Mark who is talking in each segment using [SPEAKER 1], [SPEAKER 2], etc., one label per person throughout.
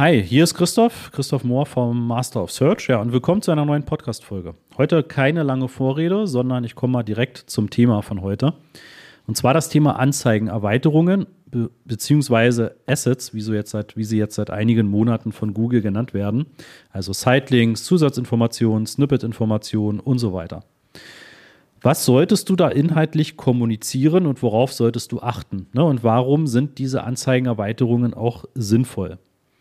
[SPEAKER 1] Hi, hier ist Christoph Mohr vom Master of Search. Ja, und willkommen zu einer neuen Podcast-Folge. Heute keine lange Vorrede, sondern ich komme mal direkt zum Thema von heute. Und zwar das Thema Anzeigenerweiterungen beziehungsweise Assets, wie sie jetzt seit einigen Monaten von Google genannt werden. Also Sitelinks, Zusatzinformationen, Snippet-Informationen und so weiter. Was solltest du da inhaltlich kommunizieren und worauf solltest du achten? Ne? Und warum sind diese Anzeigenerweiterungen auch sinnvoll?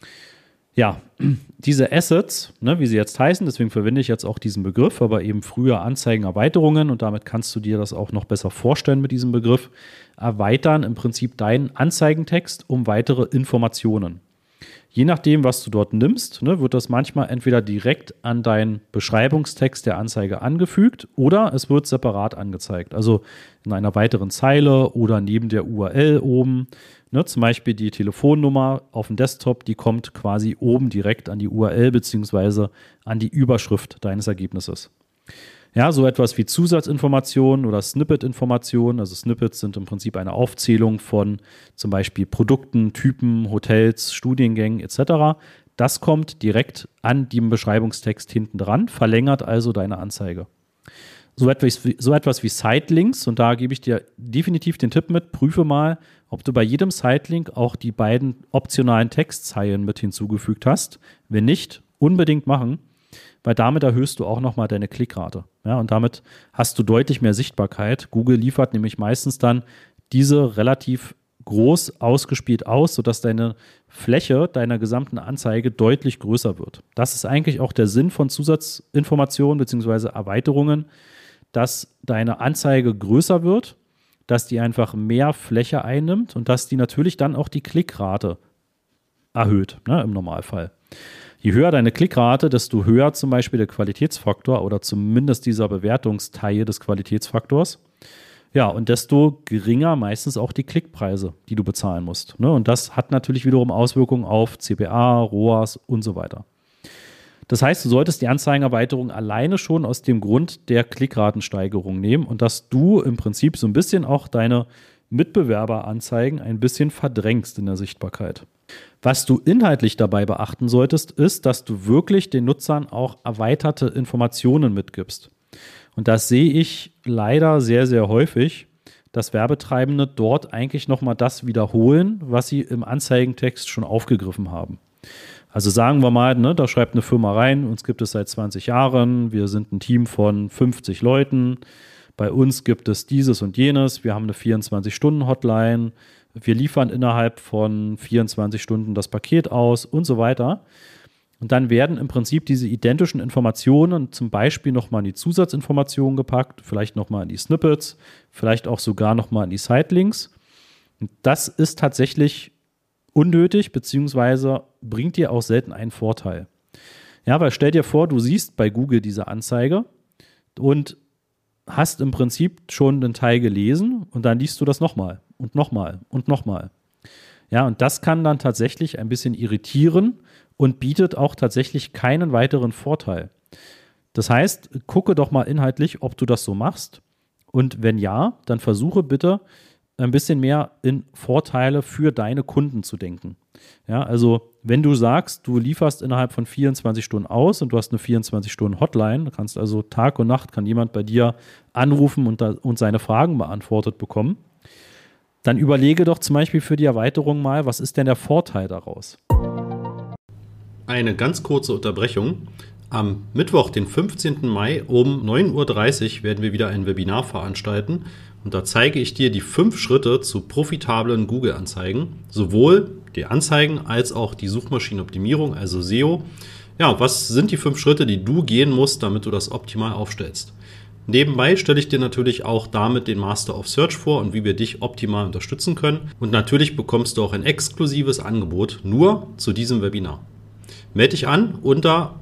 [SPEAKER 1] Ja, diese Assets, ne, wie sie jetzt heißen, deswegen verwende ich jetzt auch diesen Begriff, aber eben früher Anzeigenerweiterungen und damit kannst du dir das auch noch besser vorstellen mit diesem Begriff, erweitern im Prinzip deinen Anzeigentext um weitere Informationen. Je nachdem, was du dort nimmst, ne, wird das manchmal entweder direkt an deinen Beschreibungstext der Anzeige angefügt oder es wird separat angezeigt. Also in einer weiteren Zeile oder neben der URL oben. Ne, zum Beispiel die Telefonnummer auf dem Desktop, die kommt quasi oben direkt an die URL bzw. an die Überschrift deines Ergebnisses. Ja, so etwas wie Zusatzinformationen oder Snippet-Informationen. Also Snippets sind im Prinzip eine Aufzählung von zum Beispiel Produkten, Typen, Hotels, Studiengängen etc. Das kommt direkt an dem Beschreibungstext hinten dran, verlängert also deine Anzeige. So etwas wie Sitelinks, und da gebe ich dir definitiv den Tipp mit, prüfe mal, ob du bei jedem Sitelink auch die beiden optionalen Textzeilen mit hinzugefügt hast. Wenn nicht, unbedingt machen, weil damit erhöhst du auch nochmal deine Klickrate. Ja, und damit hast du deutlich mehr Sichtbarkeit. Google liefert nämlich meistens dann diese relativ groß ausgespielt aus, sodass deine Fläche deiner gesamten Anzeige deutlich größer wird. Das ist eigentlich auch der Sinn von Zusatzinformationen bzw. Erweiterungen, dass deine Anzeige größer wird, dass die einfach mehr Fläche einnimmt und dass die natürlich dann auch die Klickrate erhöht, ne, im Normalfall. Je höher deine Klickrate, desto höher zum Beispiel der Qualitätsfaktor oder zumindest dieser Bewertungsteil des Qualitätsfaktors. Ja, und desto geringer meistens auch die Klickpreise, die du bezahlen musst. Ne? Und das hat natürlich wiederum Auswirkungen auf CPA, ROAS und so weiter. Das heißt, du solltest die Anzeigenerweiterung alleine schon aus dem Grund der Klickratensteigerung nehmen und dass du im Prinzip so ein bisschen auch deine Mitbewerberanzeigen ein bisschen verdrängst in der Sichtbarkeit. Was du inhaltlich dabei beachten solltest, ist, dass du wirklich den Nutzern auch erweiterte Informationen mitgibst. Und das sehe ich leider sehr, sehr häufig, dass Werbetreibende dort eigentlich nochmal das wiederholen, was sie im Anzeigentext schon aufgegriffen haben. Also sagen wir mal, ne, da schreibt eine Firma rein, uns gibt es seit 20 Jahren, wir sind ein Team von 50 Leuten, bei uns gibt es dieses und jenes, wir haben eine 24-Stunden-Hotline, wir liefern innerhalb von 24 Stunden das Paket aus und so weiter. Und dann werden im Prinzip diese identischen Informationen zum Beispiel nochmal in die Zusatzinformationen gepackt, vielleicht nochmal in die Snippets, vielleicht auch sogar nochmal in die Sitelinks. Und das ist tatsächlich unnötig, beziehungsweise bringt dir auch selten einen Vorteil. Ja, weil stell dir vor, du siehst bei Google diese Anzeige und hast im Prinzip schon den Teil gelesen und dann liest du das nochmal und nochmal und nochmal. Ja, und das kann dann tatsächlich ein bisschen irritieren und bietet auch tatsächlich keinen weiteren Vorteil. Das heißt, gucke doch mal inhaltlich, ob du das so machst. Und wenn ja, dann versuche bitte ein bisschen mehr in Vorteile für deine Kunden zu denken. Ja, also wenn du sagst, du lieferst innerhalb von 24 Stunden aus und du hast eine 24-Stunden-Hotline, du kannst also Tag und Nacht kann jemand bei dir anrufen und seine Fragen beantwortet bekommen, dann überlege doch zum Beispiel für die Erweiterung mal, was ist denn der Vorteil daraus?
[SPEAKER 2] Eine ganz kurze Unterbrechung. Am Mittwoch, den 15. Mai um 9:30 Uhr werden wir wieder ein Webinar veranstalten und da zeige ich dir die 5 Schritte zu profitablen Google-Anzeigen, sowohl die Anzeigen als auch die Suchmaschinenoptimierung, also SEO. Ja, was sind die 5 Schritte, die du gehen musst, damit du das optimal aufstellst? Nebenbei stelle ich dir natürlich auch damit den Master of Search vor und wie wir dich optimal unterstützen können. Und natürlich bekommst du auch ein exklusives Angebot nur zu diesem Webinar. Melde dich an unter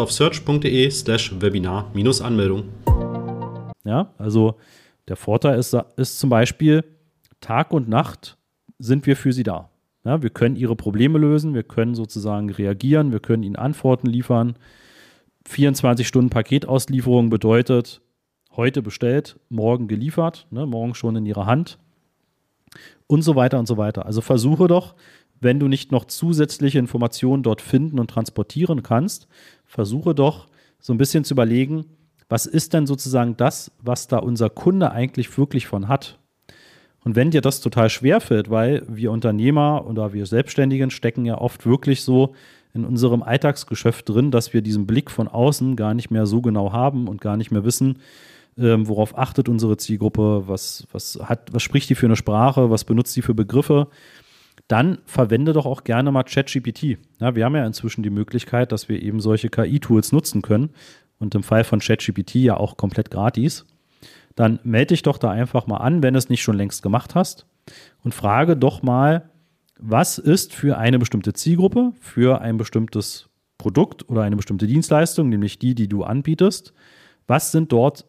[SPEAKER 2] masterofsearch.de/webinar-Anmeldung.
[SPEAKER 1] Ja, also der Vorteil ist zum Beispiel, Tag und Nacht sind wir für Sie da. Ja, wir können Ihre Probleme lösen, wir können sozusagen reagieren, wir können Ihnen Antworten liefern. 24 Stunden Paketauslieferung bedeutet, heute bestellt, morgen geliefert, ne, morgen schon in Ihrer Hand und so weiter und so weiter. Also versuche doch wenn du nicht noch zusätzliche Informationen dort finden und transportieren kannst, versuche doch so ein bisschen zu überlegen, was ist denn sozusagen das, was da unser Kunde eigentlich wirklich von hat? Und wenn dir das total schwerfällt, weil wir Unternehmer oder wir Selbstständigen stecken ja oft wirklich so in unserem Alltagsgeschäft drin, dass wir diesen Blick von außen gar nicht mehr so genau haben und gar nicht mehr wissen, worauf achtet unsere Zielgruppe, was spricht die für eine Sprache, was benutzt die für Begriffe, dann verwende doch auch gerne mal ChatGPT. Ja, wir haben ja inzwischen die Möglichkeit, dass wir eben solche KI-Tools nutzen können und im Fall von ChatGPT ja auch komplett gratis. Dann melde dich doch da einfach mal an, wenn du es nicht schon längst gemacht hast und frage doch mal, was ist für eine bestimmte Zielgruppe, für ein bestimmtes Produkt oder eine bestimmte Dienstleistung, nämlich die du anbietest, was sind dort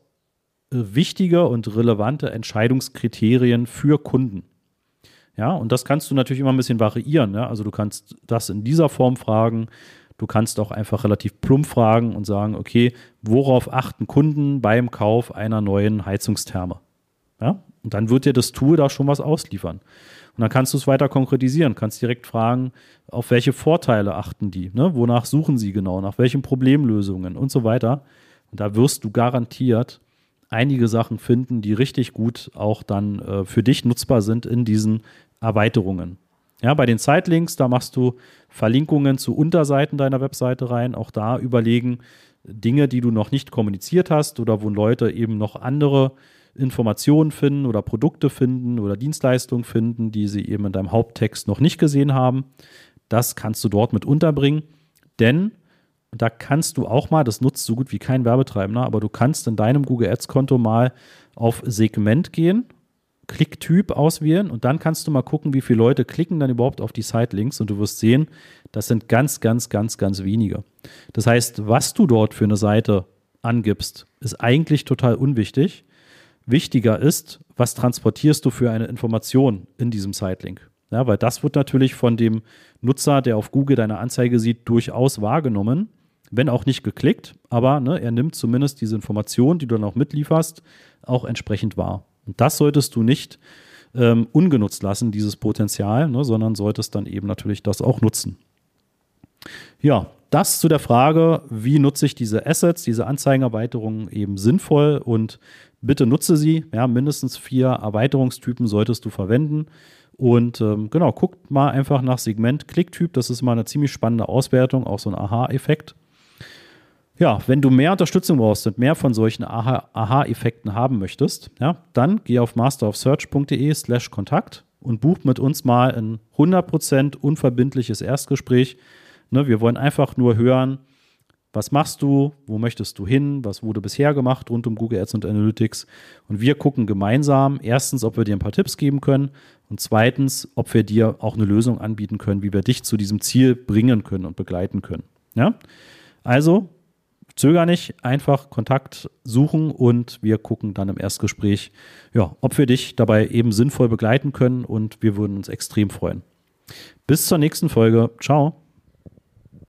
[SPEAKER 1] wichtige und relevante Entscheidungskriterien für Kunden? Ja, und das kannst du natürlich immer ein bisschen variieren. Ja? Also du kannst das in dieser Form fragen, du kannst auch einfach relativ plump fragen und sagen, okay, worauf achten Kunden beim Kauf einer neuen Heizungstherme? Ja? Und dann wird dir das Tool da schon was ausliefern. Und dann kannst du es weiter konkretisieren, kannst direkt fragen, auf welche Vorteile achten die, ne? Wonach suchen sie genau, nach welchen Problemlösungen und so weiter. Und da wirst du garantiert einige Sachen finden, die richtig gut auch dann für dich nutzbar sind in diesen Erweiterungen. Ja, bei den Sitelinks, da machst du Verlinkungen zu Unterseiten deiner Webseite rein, auch da überlegen Dinge, die du noch nicht kommuniziert hast oder wo Leute eben noch andere Informationen finden oder Produkte finden oder Dienstleistungen finden, die sie eben in deinem Haupttext noch nicht gesehen haben. Das kannst du dort mit unterbringen, denn da kannst du auch mal, das nutzt so gut wie kein Werbetreibender, aber du kannst in deinem Google Ads Konto mal auf Segment gehen, Klicktyp auswählen und dann kannst du mal gucken, wie viele Leute klicken dann überhaupt auf die Sitelinks und du wirst sehen, das sind ganz, ganz, ganz, ganz wenige. Das heißt, was du dort für eine Seite angibst, ist eigentlich total unwichtig. Wichtiger ist, was transportierst du für eine Information in diesem Sitelink? Ja, weil das wird natürlich von dem Nutzer, der auf Google deine Anzeige sieht, durchaus wahrgenommen, wenn auch nicht geklickt, aber ne, er nimmt zumindest diese Information, die du dann auch mitlieferst, auch entsprechend wahr. Und das solltest du nicht ungenutzt lassen, dieses Potenzial, ne, sondern solltest dann eben natürlich das auch nutzen. Ja, das zu der Frage, wie nutze ich diese Assets, diese Anzeigenerweiterungen eben sinnvoll und bitte nutze sie. Ja, mindestens 4 Erweiterungstypen solltest du verwenden. Und genau, guckt mal einfach nach Segment Klicktyp. Das ist mal eine ziemlich spannende Auswertung, auch so ein Aha-Effekt. Ja, wenn du mehr Unterstützung brauchst und mehr von solchen Aha-Effekten haben möchtest, ja, dann geh auf masterofsearch.de/Kontakt und buch mit uns mal ein 100% unverbindliches Erstgespräch. Ne, wir wollen einfach nur hören, was machst du, wo möchtest du hin, was wurde bisher gemacht rund um Google Ads und Analytics. Und wir gucken gemeinsam, erstens, ob wir dir ein paar Tipps geben können und zweitens, ob wir dir auch eine Lösung anbieten können, wie wir dich zu diesem Ziel bringen können und begleiten können. Ja? Also, zöger nicht, einfach Kontakt suchen und wir gucken dann im Erstgespräch, ja, ob wir dich dabei eben sinnvoll begleiten können und wir würden uns extrem freuen. Bis zur nächsten Folge. Ciao.